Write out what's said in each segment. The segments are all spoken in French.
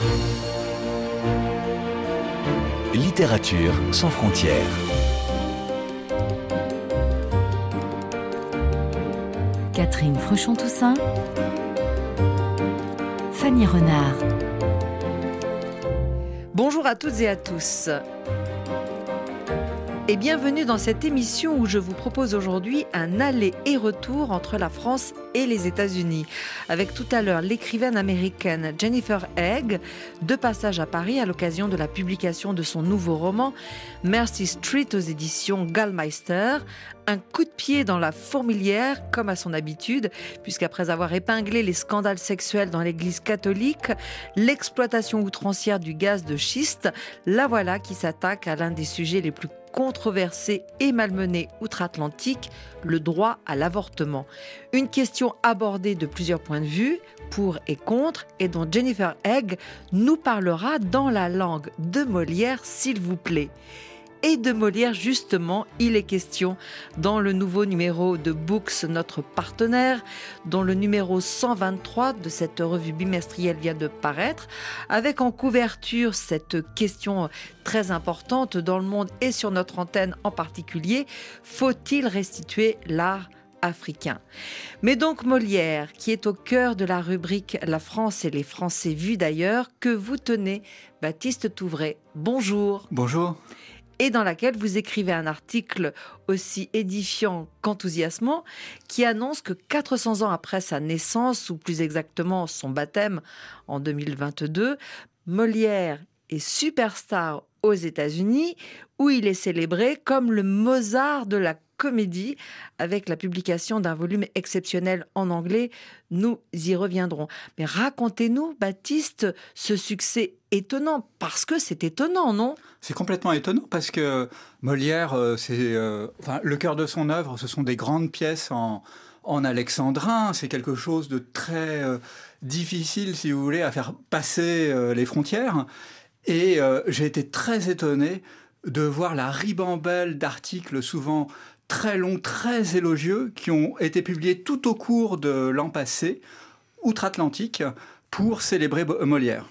Littérature sans frontières. Catherine Fruchon-Toussaint, Fanny Renard. Bonjour à toutes et à tous. Et bienvenue dans cette émission où je vous propose aujourd'hui un aller et retour entre la France et les États-Unis. Avec tout à l'heure l'écrivaine américaine Jennifer Egg, de passage à Paris à l'occasion de la publication de son nouveau roman Mercy Street aux éditions Gallmeister. Un coup de pied dans la fourmilière, comme à son habitude, puisqu'après avoir épinglé les scandales sexuels dans l'Église catholique, l'exploitation outrancière du gaz de schiste, la voilà qui s'attaque à l'un des sujets les plus controversés et malmenés outre-Atlantique, le droit à l'avortement. Une question abordée de plusieurs points de vue, pour et contre, et dont Jennifer Egg nous parlera dans la langue de Molière, s'il vous plaît. Et de Molière, justement, il est question dans le nouveau numéro de Books, notre partenaire, dont le numéro 123 de cette revue bimestrielle vient de paraître, avec en couverture cette question très importante dans le monde et sur notre antenne en particulier, faut-il restituer l'art africain? Mais donc Molière, qui est au cœur de la rubrique La France et les Français vus d'ailleurs, que vous tenez, Baptiste Touvray. Bonjour. Bonjour. Et dans laquelle vous écrivez un article aussi édifiant qu'enthousiasmant qui annonce que 400 ans après sa naissance, ou plus exactement son baptême en 2022, Molière est superstar aux États-Unis, où il est célébré comme le Mozart de la comédie, avec la publication d'un volume exceptionnel en anglais. Nous y reviendrons. Mais racontez-nous, Baptiste, ce succès étonnant, parce que c'est étonnant, non ? C'est complètement étonnant parce que Molière, le cœur de son œuvre, ce sont des grandes pièces en alexandrin. C'est quelque chose de très difficile, si vous voulez, à faire passer les frontières. Et j'ai été très étonné de voir la ribambelle d'articles souvent très longs, très élogieux, qui ont été publiés tout au cours de l'an passé, outre-Atlantique, pour célébrer Molière.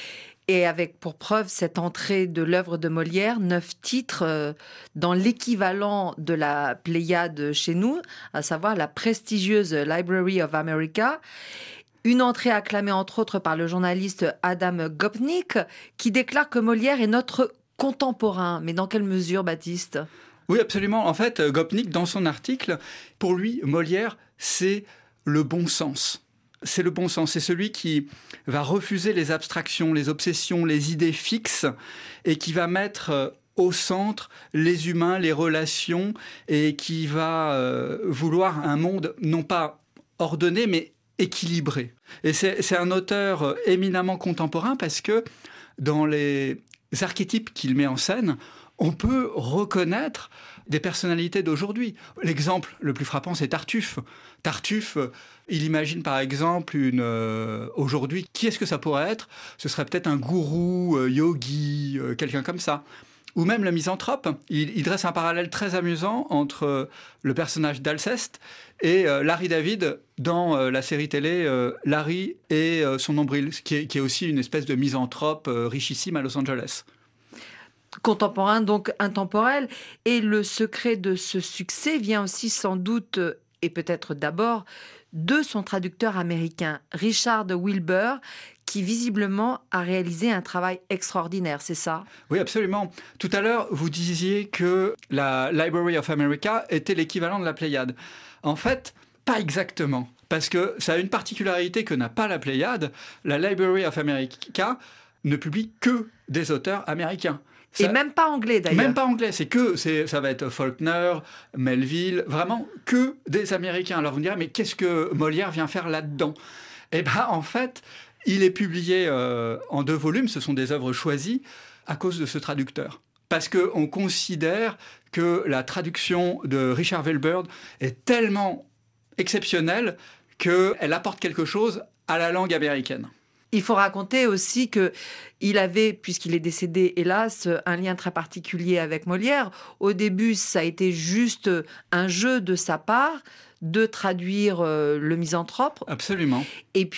Et avec pour preuve cette entrée de l'œuvre de Molière, 9 titres dans l'équivalent de la Pléiade chez nous, à savoir la prestigieuse Library of America. Une entrée acclamée entre autres par le journaliste Adam Gopnik, qui déclare que Molière est notre contemporain. Mais dans quelle mesure, Baptiste ? Oui, absolument. En fait, Gopnik, dans son article, pour lui, Molière, c'est le bon sens. C'est le bon sens. C'est celui qui va refuser les abstractions, les obsessions, les idées fixes, et qui va mettre au centre les humains, les relations, et qui va vouloir un monde non pas ordonné, mais équilibré. Et c'est un auteur éminemment contemporain parce que dans les archétypes qu'il met en scène, on peut reconnaître des personnalités d'aujourd'hui. L'exemple le plus frappant, c'est Tartuffe. Tartuffe, il imagine par exemple aujourd'hui, qui est-ce que ça pourrait être ? Ce serait peut-être un gourou, yogi, quelqu'un comme ça. Ou même le misanthrope. Il dresse un parallèle très amusant entre le personnage d'Alceste et Larry David dans la série télé Larry et son nombril, qui est aussi une espèce de misanthrope richissime à Los Angeles. Contemporain, donc intemporel. Et le secret de ce succès vient aussi sans doute, et peut-être d'abord, de son traducteur américain, Richard Wilbur, qui visiblement a réalisé un travail extraordinaire, c'est ça ? Oui, absolument. Tout à l'heure, vous disiez que la Library of America était l'équivalent de la Pléiade. En fait, pas exactement, parce que ça a une particularité que n'a pas la Pléiade. La Library of America ne publie que des auteurs américains. Et même pas anglais d'ailleurs. Même pas anglais, ça va être Faulkner, Melville, vraiment que des Américains. Alors vous me direz, mais qu'est-ce que Molière vient faire là-dedans ? Eh bien, en fait, il est publié en 2 volumes, ce sont des œuvres choisies à cause de ce traducteur. Parce qu'on considère que la traduction de Richard Wilbur est tellement exceptionnelle qu'elle apporte quelque chose à la langue américaine. Il faut raconter aussi qu'il avait, puisqu'il est décédé, hélas, un lien très particulier avec Molière. Au début, ça a été juste un jeu de sa part de traduire le misanthrope. Absolument. Et puis,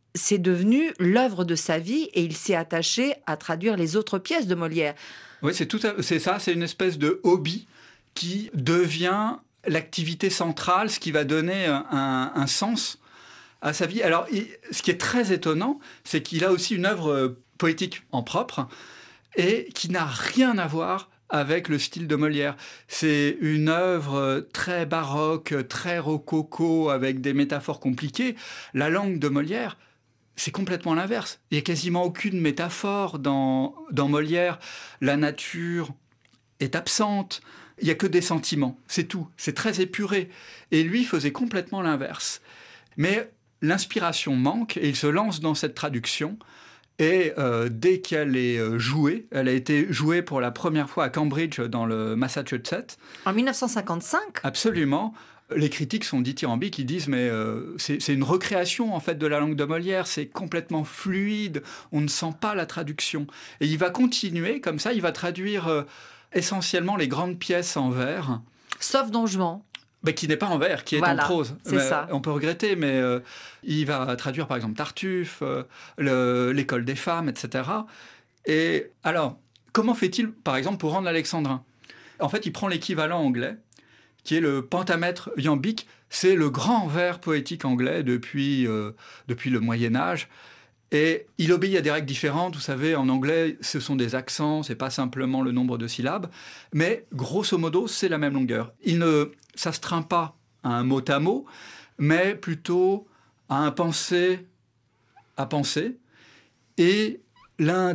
c'est devenu l'œuvre de sa vie et il s'est attaché à traduire les autres pièces de Molière. Oui, c'est ça, c'est une espèce de hobby qui devient l'activité centrale, ce qui va donner un sens à sa vie. Alors, ce qui est très étonnant, c'est qu'il a aussi une œuvre poétique en propre et qui n'a rien à voir avec le style de Molière. C'est une œuvre très baroque, très rococo, avec des métaphores compliquées. La langue de Molière, c'est complètement l'inverse. Il n'y a quasiment aucune métaphore dans Molière. La nature est absente. Il n'y a que des sentiments, c'est tout. C'est très épuré. Et lui faisait complètement l'inverse. Mais l'inspiration manque et il se lance dans cette traduction. Et dès qu'elle est jouée, elle a été jouée pour la première fois à Cambridge, dans le Massachusetts. En 1955 ? Absolument. Les critiques sont dithyrambiques, ils disent mais c'est une recréation en fait de la langue de Molière, c'est complètement fluide, on ne sent pas la traduction. Et il va continuer comme ça, il va traduire essentiellement les grandes pièces en vers. Sauf Don Juan. Qui n'est pas en vers, qui est en prose. C'est ça. On peut regretter, mais il va traduire par exemple Tartuffe, l'école des femmes, etc. Et alors, comment fait-il par exemple pour rendre l'alexandrin ? En fait, il prend l'équivalent anglais, qui est le pentamètre iambique. C'est le grand vers poétique anglais depuis le Moyen-Âge. Et il obéit à des règles différentes. Vous savez, en anglais, ce sont des accents, c'est pas simplement le nombre de syllabes. Mais grosso modo, c'est la même longueur. Il ne s'astreint pas à un mot à mot, mais plutôt à un penser à penser. Et l'un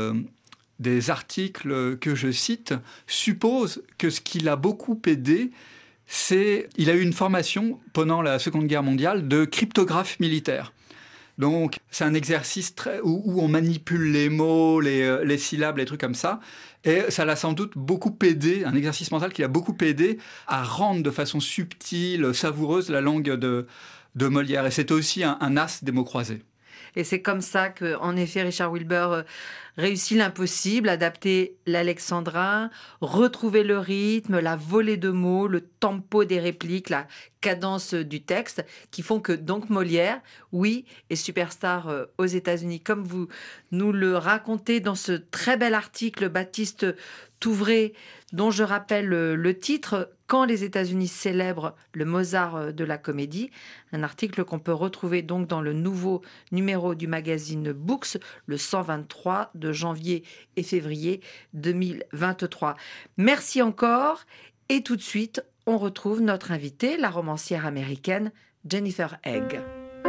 des articles que je cite suppose que ce qui l'a beaucoup aidé, il a eu une formation pendant la Seconde Guerre mondiale de cryptographe militaire. Donc, c'est un exercice où on manipule les mots, les syllabes, les trucs comme ça. Et ça l'a sans doute beaucoup aidé, un exercice mental qui l'a beaucoup aidé à rendre de façon subtile, savoureuse la langue de Molière. Et c'est aussi un as des mots croisés. Et c'est comme ça qu'en effet, Richard Wilbur réussit l'impossible, adapter l'alexandrin, retrouver le rythme, la volée de mots, le tempo des répliques, la cadence du texte, qui font que donc Molière, oui, est superstar aux États-Unis. Comme vous nous le racontez dans ce très bel article, Baptiste Touvray, dont je rappelle le titre, « Quand les États-Unis célèbrent le Mozart de la comédie », un article qu'on peut retrouver donc dans le nouveau numéro du magazine Books, le 123 de janvier et février 2023. Merci encore et tout de suite, on retrouve notre invitée, la romancière américaine Jennifer Egg.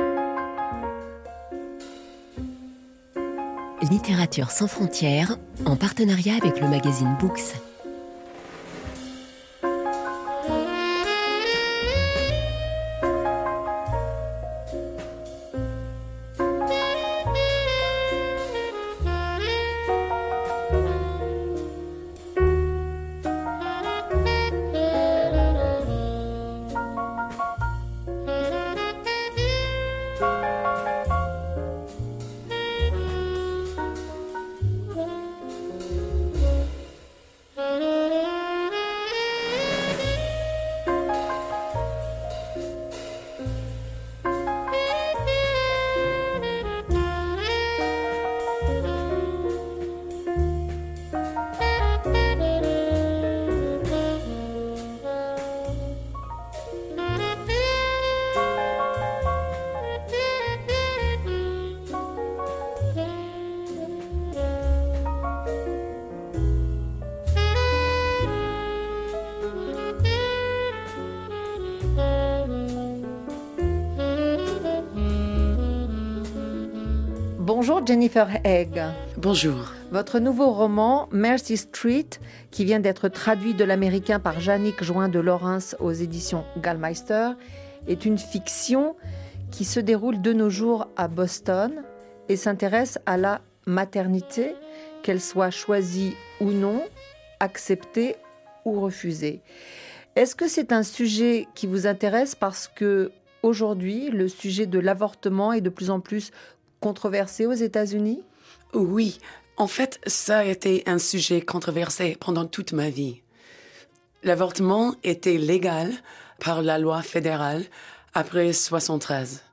Littérature sans frontières, en partenariat avec le magazine Books. Bonjour Jennifer Egg. Bonjour. Votre nouveau roman, Mercy Street, qui vient d'être traduit de l'américain par Jannick Join de Laurens aux éditions Gallmeister, est une fiction qui se déroule de nos jours à Boston et s'intéresse à la maternité, qu'elle soit choisie ou non, acceptée ou refusée. Est-ce que c'est un sujet qui vous intéresse parce que aujourd'hui, le sujet de l'avortement est de plus en plus controversé aux États-Unis ? Oui, en fait, ça a été un sujet controversé pendant toute ma vie. L'avortement était légal par la loi fédérale après 1973.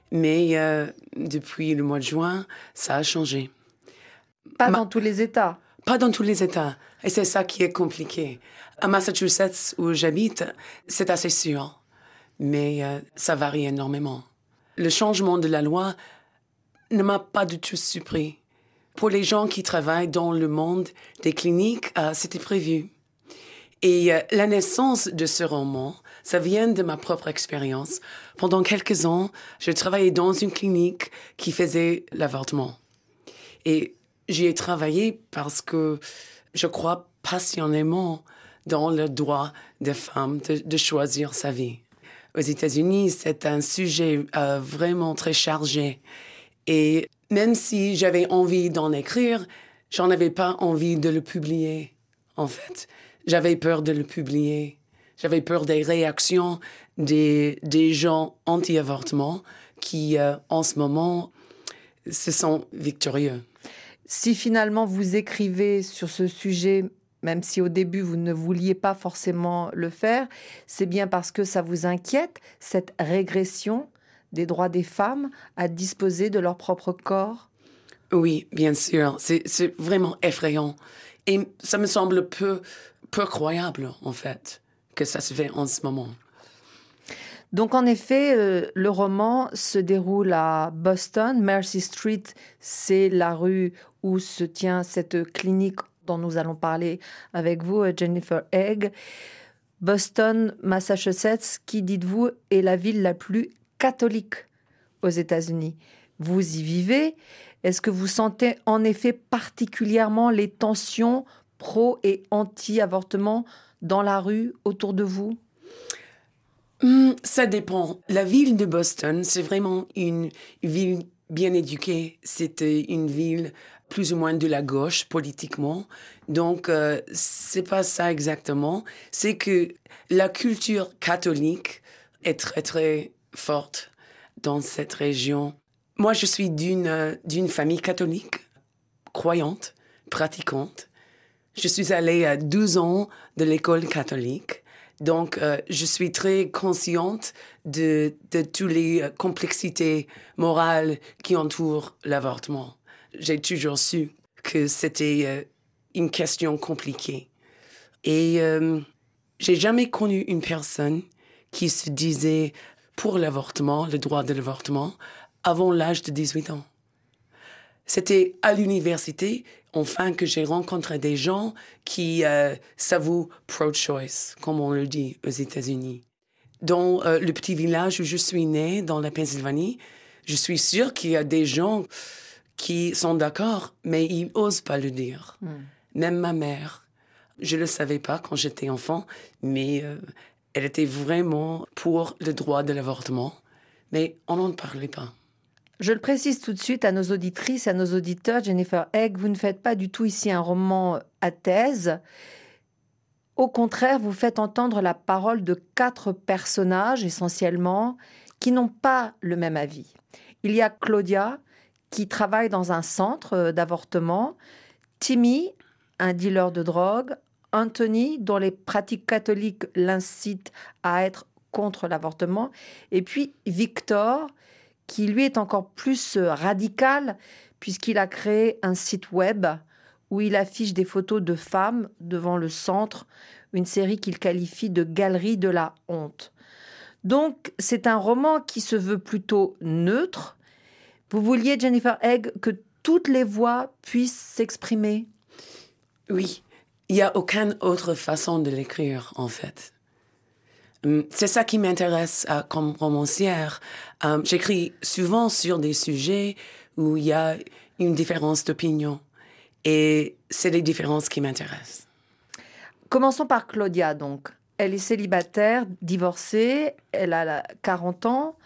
Mais depuis le mois de juin, ça a changé. Pas dans tous les États. Pas dans tous les États. Et c'est ça qui est compliqué. À Massachusetts, où j'habite, c'est assez sûr. Mais ça varie énormément. Le changement de la loi ne m'a pas du tout surpris. Pour les gens qui travaillent dans le monde des cliniques, c'était prévu. Et la naissance de ce roman, ça vient de ma propre expérience. Pendant quelques ans, je travaillais dans une clinique qui faisait l'avortement. Et j'y ai travaillé parce que je crois passionnément dans le droit des femmes de choisir sa vie. Aux États-Unis, c'est un sujet vraiment très chargé. Et même si j'avais envie d'en écrire, j'en avais pas envie de le publier, en fait. J'avais peur de le publier. J'avais peur des réactions des gens anti-avortement qui, en ce moment, se sont victorieux. Si finalement vous écrivez sur ce sujet, même si au début vous ne vouliez pas forcément le faire, c'est bien parce que ça vous inquiète, cette régression des droits des femmes à disposer de leur propre corps? Oui, bien sûr. C'est vraiment effrayant. Et ça me semble peu croyable, en fait, que ça se fait en ce moment. Donc en effet, le roman se déroule à Boston. Mercy Street, c'est la rue où se tient cette clinique dont nous allons parler avec vous, Jennifer Egg. Boston, Massachusetts, qui, dites-vous, est la ville la plus catholique aux États-Unis. Vous y vivez. Est-ce que vous sentez en effet particulièrement les tensions pro- et anti-avortement dans la rue autour de vous? Ça dépend. La ville de Boston, c'est vraiment une ville bien éduquée. C'était une ville plus ou moins de la gauche politiquement. Donc, c'est pas ça exactement. C'est que la culture catholique est très, très forte dans cette région. Moi, je suis d'une famille catholique, croyante, pratiquante. Je suis allée à 12 ans de l'école catholique. Donc, je suis très consciente de toutes les complexités morales qui entourent l'avortement. J'ai toujours su que c'était une question compliquée. Et j'ai jamais connu une personne qui se disait pour l'avortement, le droit de l'avortement, avant l'âge de 18 ans. C'était à l'université, enfin, que j'ai rencontré des gens qui s'avouent pro-choice, comme on le dit aux États-Unis. Dans le petit village où je suis née, dans la Pennsylvanie, je suis sûre qu'il y a des gens qui sont d'accord, mais ils n'osent pas le dire. Même ma mère. Je ne le savais pas quand j'étais enfant, mais elle était vraiment pour le droit de l'avortement. Mais on n'en parlait pas. Je le précise tout de suite à nos auditrices, à nos auditeurs, Jennifer Egg, vous ne faites pas du tout ici un roman à thèse. Au contraire, vous faites entendre la parole de 4 personnages, essentiellement, qui n'ont pas le même avis. Il y a Claudia, qui travaille dans un centre d'avortement, Timmy, un dealer de drogue, Anthony, dont les pratiques catholiques l'incitent à être contre l'avortement, et puis Victor, qui lui est encore plus radical, puisqu'il a créé un site web où il affiche des photos de femmes devant le centre, une série qu'il qualifie de galerie de la honte. Donc, c'est un roman qui se veut plutôt neutre. Vous vouliez, Jennifer Egg, que toutes les voix puissent s'exprimer? Oui, il n'y a aucune autre façon de l'écrire, en fait. C'est ça qui m'intéresse comme romancière. J'écris souvent sur des sujets où il y a une différence d'opinion. Et c'est les différences qui m'intéressent. Commençons par Claudia, donc. Elle est célibataire, divorcée, elle a 40 ans,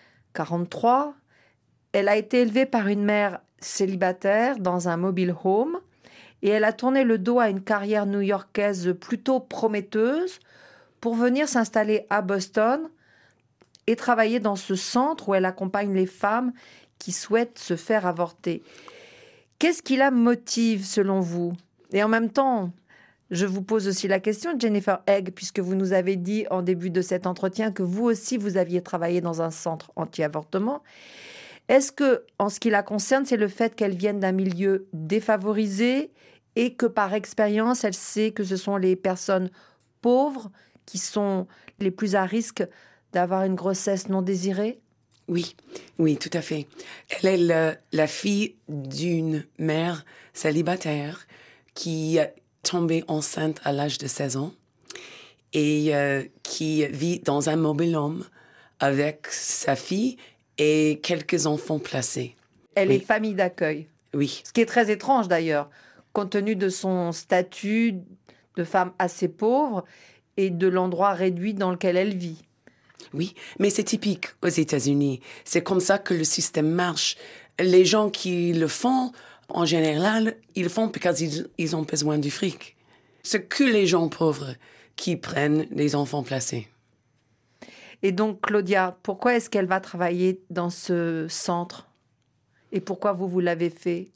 43. Elle a été élevée par une mère célibataire dans un mobile home et elle a tourné le dos à une carrière new-yorkaise plutôt prometteuse pour venir s'installer à Boston et travailler dans ce centre où elle accompagne les femmes qui souhaitent se faire avorter. Qu'est-ce qui la motive selon vous? Et en même temps, Je vous pose aussi la question, Jennifer Egg, puisque vous nous avez dit en début de cet entretien que vous aussi, vous aviez travaillé dans un centre anti-avortement. Est-ce que, en ce qui la concerne, c'est le fait qu'elle vienne d'un milieu défavorisé et que par expérience, elle sait que ce sont les personnes pauvres qui sont les plus à risque d'avoir une grossesse non désirée? Oui, oui, tout à fait. Elle est la fille d'une mère célibataire qui est tombée enceinte à l'âge de 16 ans et qui vit dans un mobile-home avec sa fille et quelques enfants placés. Elle Oui. est famille d'accueil. Oui, Ce qui est très étrange d'ailleurs, compte tenu de son statut de femme assez pauvre et de l'endroit réduit dans lequel elle vit. oui, mais c'est typique aux États-Unis. C'est comme ça que le système marche. Les gens qui le font, en général, ils le font parce qu'ils ont besoin du fric. C'est que les gens pauvres qui prennent les enfants placés. Et donc, Claudia, pourquoi est-ce qu'elle va travailler dans ce centre? Et pourquoi vous l'avez fait?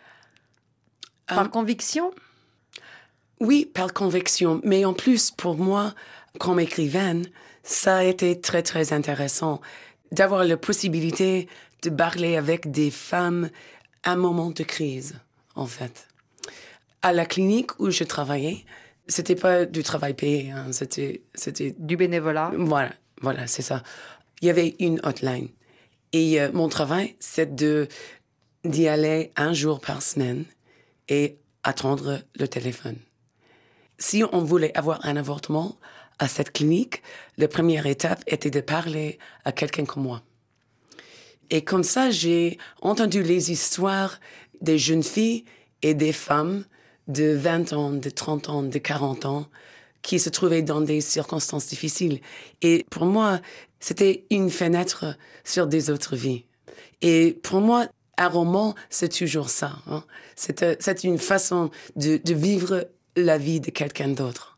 Par conviction? Oui, par conviction. Mais en plus, pour moi, comme écrivaine, ça a été très, très intéressant d'avoir la possibilité de parler avec des femmes à un moment de crise, en fait. À la clinique où je travaillais, c'était pas du travail payé, hein, c'était Du bénévolat? Voilà, c'est ça. Il y avait une hotline. Et mon travail, c'est d'y aller un jour par semaine et attendre le téléphone. Si on voulait avoir un avortement à cette clinique, la première étape était de parler à quelqu'un comme moi. Et comme ça, j'ai entendu les histoires des jeunes filles et des femmes de 20 ans, de 30 ans, de 40 ans qui se trouvaient dans des circonstances difficiles. Et pour moi, c'était une fenêtre sur des autres vies. Et pour moi, un roman, c'est toujours ça. Hein. C'est une façon de vivre la vie de quelqu'un d'autre.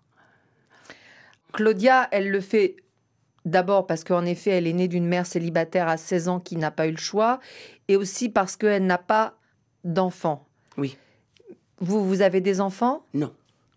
Claudia, elle le fait d'abord parce qu'en effet, elle est née d'une mère célibataire à 16 ans qui n'a pas eu le choix, et aussi parce qu'elle n'a pas d'enfants. Oui. Vous avez des enfants? Non.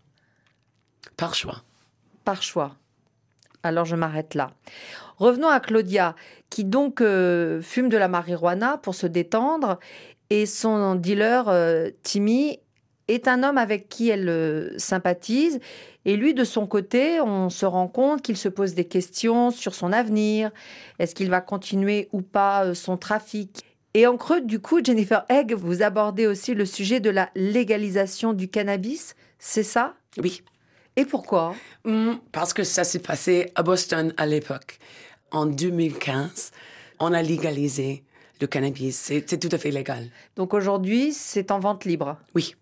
Par choix. Par choix. Alors je m'arrête là. Revenons à Claudia, qui donc fume de la marijuana pour se détendre, et son dealer, Timmy, est un homme avec qui elle sympathise. Et lui, de son côté, on se rend compte qu'il se pose des questions sur son avenir. Est-ce qu'il va continuer ou pas son trafic? Et en creux, du coup, Jennifer Egg, vous abordez aussi le sujet de la légalisation du cannabis, c'est ça? Oui. Et pourquoi? Parce que ça s'est passé à Boston à l'époque. En 2015, on a légalisé le cannabis. C'est tout à fait légal. Donc aujourd'hui, c'est en vente libre? Oui.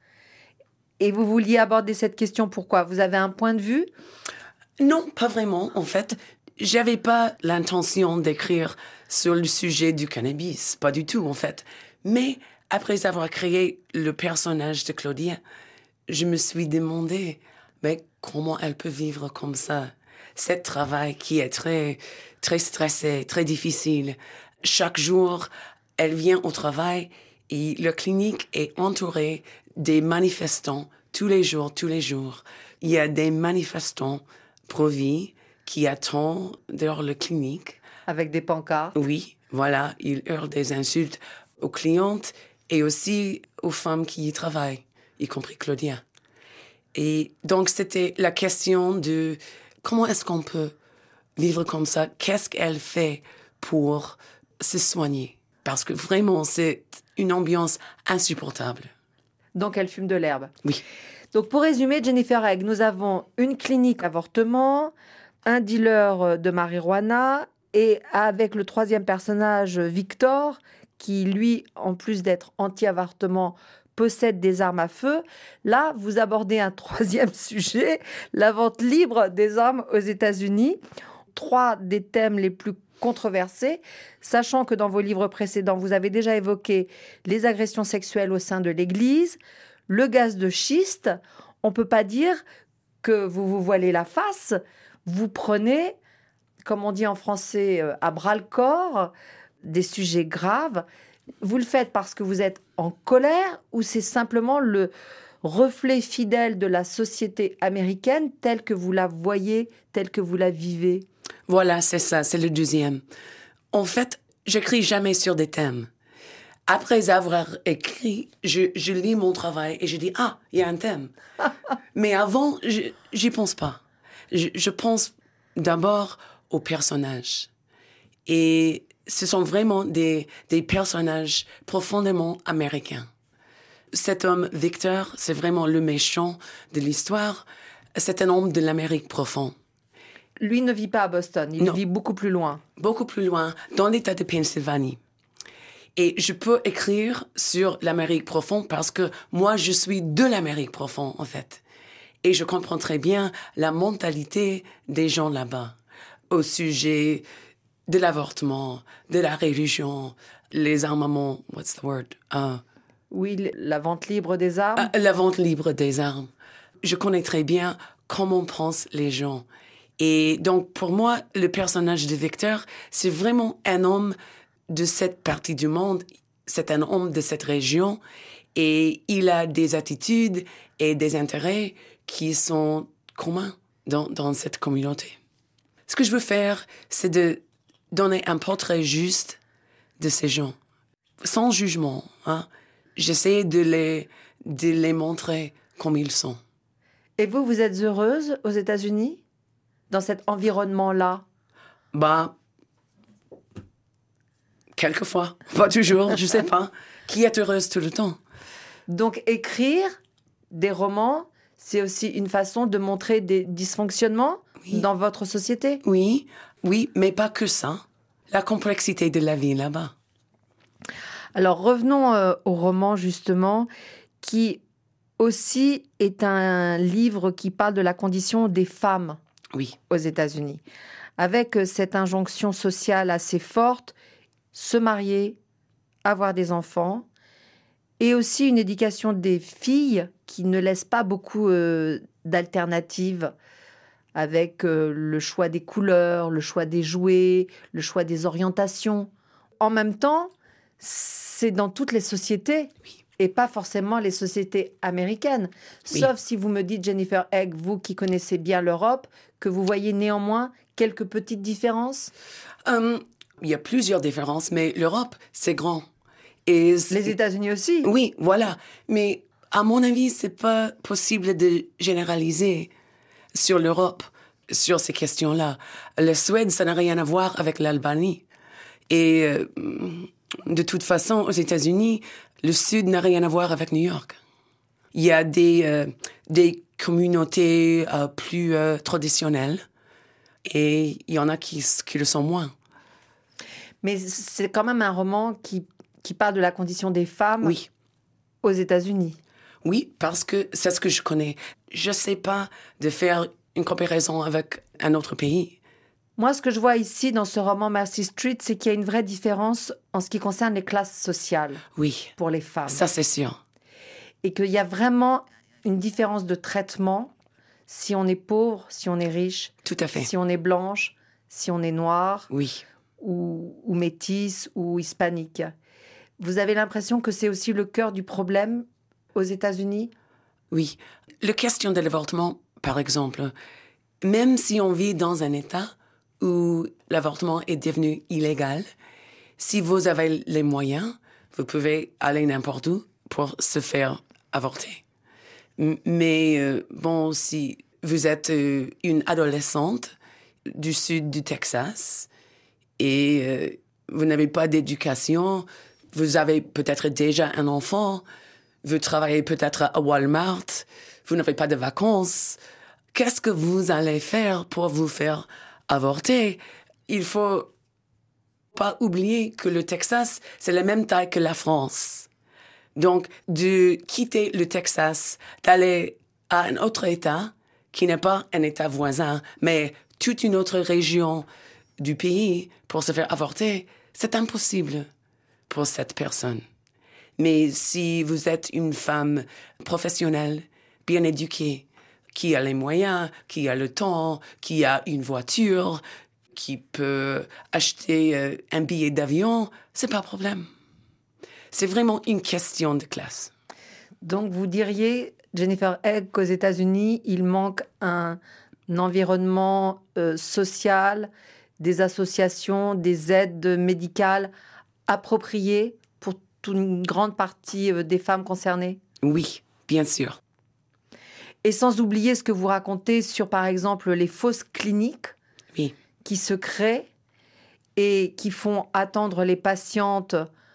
Et vous vouliez aborder cette question, pourquoi? Vous avez un point de vue? Non, pas vraiment, en fait. J'avais pas l'intention d'écrire sur le sujet du cannabis, pas du tout, en fait. Mais après avoir créé le personnage de Claudia, je me suis demandé, mais comment elle peut vivre comme ça? Ce travail qui est très, très stressé, très difficile. Chaque jour, elle vient au travail et la clinique est entourée des manifestants tous les jours. Il y a des manifestants pro-vie qui attendent dehors la clinique. Avec des pancartes? Oui, voilà, ils hurlent des insultes aux clientes et aussi aux femmes qui y travaillent, y compris Claudia. Et donc, c'était la question de comment est-ce qu'on peut vivre comme ça? Qu'est-ce qu'elle fait pour se soigner? Parce que vraiment, c'est une ambiance insupportable. Donc, elle fume de l'herbe. Oui. Donc, pour résumer, Jennifer Egg, nous avons une clinique d'avortement, un dealer de marijuana, et avec le troisième personnage, Victor, qui, lui, en plus d'être anti-avortement, possède des armes à feu. Là, vous abordez un troisième sujet, la vente libre des armes aux États-Unis. 3 des thèmes les plus controversés, sachant que dans vos livres précédents, vous avez déjà évoqué les agressions sexuelles au sein de l'Église, le gaz de schiste. On ne peut pas dire que vous vous voilez la face. Vous prenez, comme on dit en français, à bras-le-corps, des sujets graves. Vous le faites parce que vous êtes en colère ou c'est simplement le reflet fidèle de la société américaine telle que vous la voyez, telle que vous la vivez? Voilà, c'est ça, c'est le deuxième. En fait, j'écris jamais sur des thèmes. Après avoir écrit, je lis mon travail et je dis, ah, il y a un thème. Mais avant, j'y pense pas. Je pense d'abord aux personnages. Et ce sont vraiment des personnages profondément américains. Cet homme, Victor, c'est vraiment le méchant de l'histoire. C'est un homme de l'Amérique profonde. Lui ne vit pas à Boston, il vit beaucoup plus loin. Beaucoup plus loin, dans l'État de Pennsylvanie. Et je peux écrire sur l'Amérique profonde parce que moi, je suis de l'Amérique profonde, en fait. Et je comprends très bien la mentalité des gens là-bas au sujet de l'avortement, de la religion, les armements, what's the word? Oui, la vente libre des armes. La vente libre des armes. Je connais très bien comment pensent les gens. Et donc, pour moi, le personnage de Victor, c'est vraiment un homme de cette partie du monde. C'est un homme de cette région. Et il a des attitudes et des intérêts qui sont communs dans cette communauté. Ce que je veux faire, c'est de donner un portrait juste de ces gens, sans jugement. J'essaie de les montrer comme ils sont. Et vous, vous êtes heureuse aux États-Unis, dans cet environnement-là? Quelquefois, pas toujours, je sais pas. Qui est heureuse tout le temps? Donc, écrire des romans, c'est aussi une façon de montrer des dysfonctionnements dans votre société? Oui, mais pas que ça. La complexité de la vie là-bas. Alors, revenons au roman, justement, qui aussi est un livre qui parle de la condition des femmes aux États-Unis, avec cette injonction sociale assez forte, se marier, avoir des enfants, et aussi une éducation des filles qui ne laisse pas beaucoup d'alternatives, avec le choix des couleurs, le choix des jouets, le choix des orientations. En même temps, c'est dans toutes les sociétés, et pas forcément les sociétés américaines. Sauf si vous me dites, Jennifer Egg, vous qui connaissez bien l'Europe, que vous voyez néanmoins quelques petites différences? Il y a plusieurs différences, mais l'Europe, c'est grand. Et les États-Unis aussi? Oui, voilà. Mais à mon avis, c'est pas possible de généraliser sur l'Europe, sur ces questions-là. La Suède, ça n'a rien à voir avec l'Albanie. Et de toute façon, aux États-Unis, le Sud n'a rien à voir avec New York. Il y a des communautés plus traditionnelles et il y en a qui le sont moins. Mais c'est quand même un roman qui parle de la condition des femmes aux États-Unis. Oui, parce que c'est ce que je connais. Je ne sais pas de faire une comparaison avec un autre pays. Moi, ce que je vois ici dans ce roman Mercy Street, c'est qu'il y a une vraie différence en ce qui concerne les classes sociales pour les femmes. Ça c'est sûr. Et qu'il y a vraiment une différence de traitement si on est pauvre, si on est riche. Tout à fait. Si on est blanche, si on est noire. Ou métisse ou hispanique. Vous avez l'impression que c'est aussi le cœur du problème aux États-Unis? Oui. La question de l'avortement, par exemple, même si on vit dans un État où l'avortement est devenu illégal, si vous avez les moyens, vous pouvez aller n'importe où pour se faire avorter. Mais si vous êtes une adolescente du sud du Texas et vous n'avez pas d'éducation, vous avez peut-être déjà un enfant, vous travaillez peut-être à Walmart, vous n'avez pas de vacances, qu'est-ce que vous allez faire pour vous faire avorter? Il faut pas oublier que le Texas, c'est la même taille que la France. Donc, de quitter le Texas, d'aller à un autre État, qui n'est pas un État voisin, mais toute une autre région du pays pour se faire avorter, c'est impossible pour cette personne. Mais si vous êtes une femme professionnelle, bien éduquée, qui a les moyens, qui a le temps, qui a une voiture, qui peut acheter un billet d'avion, c'est pas un problème. C'est vraiment une question de classe. Donc vous diriez, Jennifer Egg, qu'aux États-Unis, il manque un environnement social, des associations, des aides médicales appropriées pour toute une grande partie des femmes concernées? Oui, bien sûr. Et sans oublier ce que vous racontez sur, par exemple, les fausses cliniques Oui. qui se créent et qui font attendre les patientes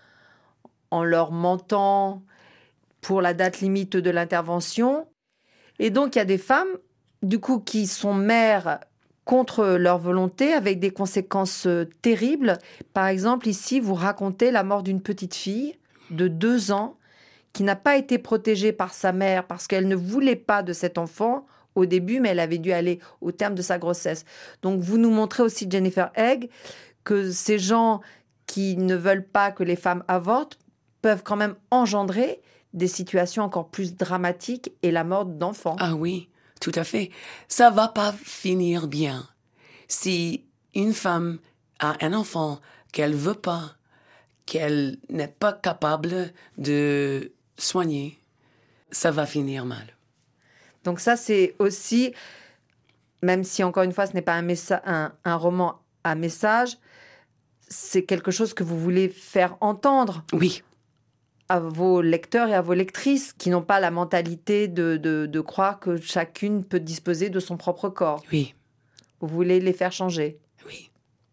en leur mentant pour la date limite de l'intervention. Et donc, il y a des femmes, du coup, qui sont mères contre leur volonté, avec des conséquences terribles. Par exemple, ici, vous racontez la mort d'une petite fille de 2 ans qui n'a pas été protégée par sa mère parce qu'elle ne voulait pas de cet enfant au début, mais elle avait dû aller au terme de sa grossesse. Donc, vous nous montrez aussi, Jennifer Egg, que ces gens qui ne veulent pas que les femmes avortent peuvent quand même engendrer des situations encore plus dramatiques et la mort d'enfants. Ah oui, tout à fait. Ça va pas finir bien. Si une femme a un enfant qu'elle veut pas, qu'elle n'est pas capable de soigner, ça va finir mal. Donc ça, c'est aussi, même si encore une fois, ce n'est pas un roman à message, c'est quelque chose que vous voulez faire entendre. Oui. À vos lecteurs et à vos lectrices qui n'ont pas la mentalité de croire que chacune peut disposer de son propre corps. Oui. Vous voulez les faire changer. Oui.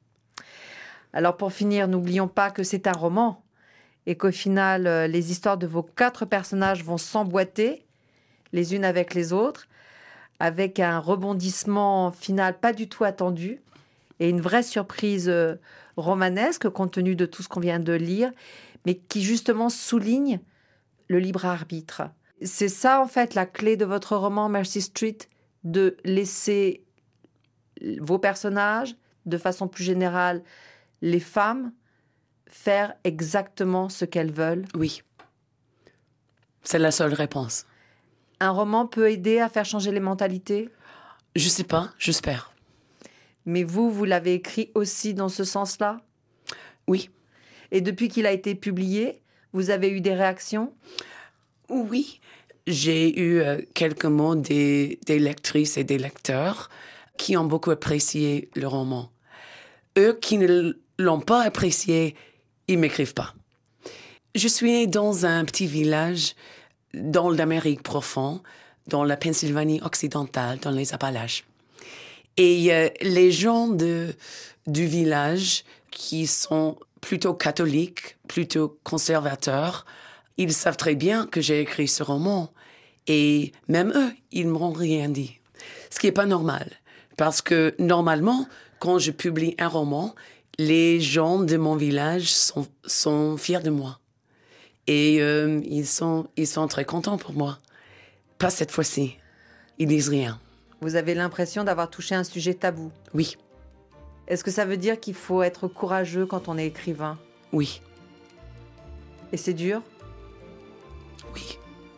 Alors pour finir, n'oublions pas que c'est un roman et qu'au final, les histoires de vos 4 personnages vont s'emboîter les unes avec les autres, avec un rebondissement final pas du tout attendu et une vraie surprise romanesque compte tenu de tout ce qu'on vient de lire, mais qui justement souligne le libre arbitre. C'est ça en fait la clé de votre roman Mercy Street, de laisser vos personnages, de façon plus générale, les femmes, faire exactement ce qu'elles veulent. Oui. C'est la seule réponse. Un roman peut aider à faire changer les mentalités? Je sais pas, j'espère. Mais vous l'avez écrit aussi dans ce sens-là? Oui. Et depuis qu'il a été publié, vous avez eu des réactions? Oui. J'ai eu quelques mots des lectrices et des lecteurs qui ont beaucoup apprécié le roman. Eux qui ne l'ont pas apprécié, ils m'écrivent pas. Je suis dans un petit village dans l'Amérique profonde, dans la Pennsylvanie occidentale, dans les Appalaches. Et les gens du village qui sont plutôt catholiques, plutôt conservateurs, ils savent très bien que j'ai écrit ce roman. Et même eux, ils ne m'ont rien dit. Ce qui n'est pas normal. Parce que normalement, quand je publie un roman, les gens de mon village sont fiers de moi. Et ils sont très contents pour moi. Pas cette fois-ci. Ils disent rien. Vous avez l'impression d'avoir touché un sujet tabou? Oui. Est-ce que ça veut dire qu'il faut être courageux quand on est écrivain? Oui. Et c'est dur? Oui.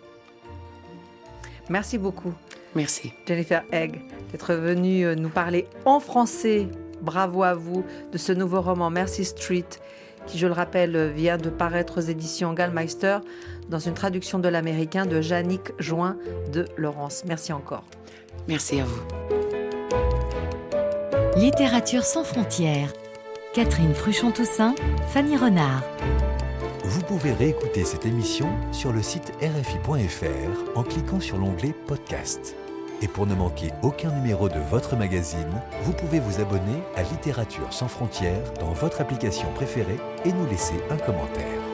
Merci beaucoup. Merci. Jennifer Egg, d'être venue nous parler en français. Bravo à vous de ce nouveau roman Mercy Street, qui, je le rappelle, vient de paraître aux éditions Gallmeister dans une traduction de l'américain de Yannick Join de Laurence. Merci encore. Merci à vous. Littérature sans frontières. Catherine Fruchon-Toussaint, Fanny Renard. Vous pouvez réécouter cette émission sur le site rfi.fr en cliquant sur l'onglet Podcast. Et pour ne manquer aucun numéro de votre magazine, vous pouvez vous abonner à Littérature sans frontières dans votre application préférée et nous laisser un commentaire.